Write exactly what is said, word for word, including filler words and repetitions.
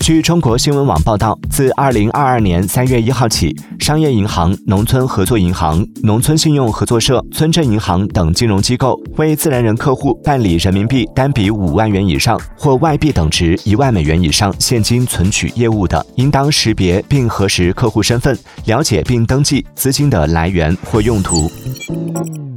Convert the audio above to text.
据中国新闻网报道，自二零二二年三月一号起，商业银行、农村合作银行、农村信用合作社、村镇银行等金融机构为自然人客户办理人民币单笔五万元以上或外币等值一万美元以上现金存取业务的，应当识别并核实客户身份，了解并登记资金的来源或用途。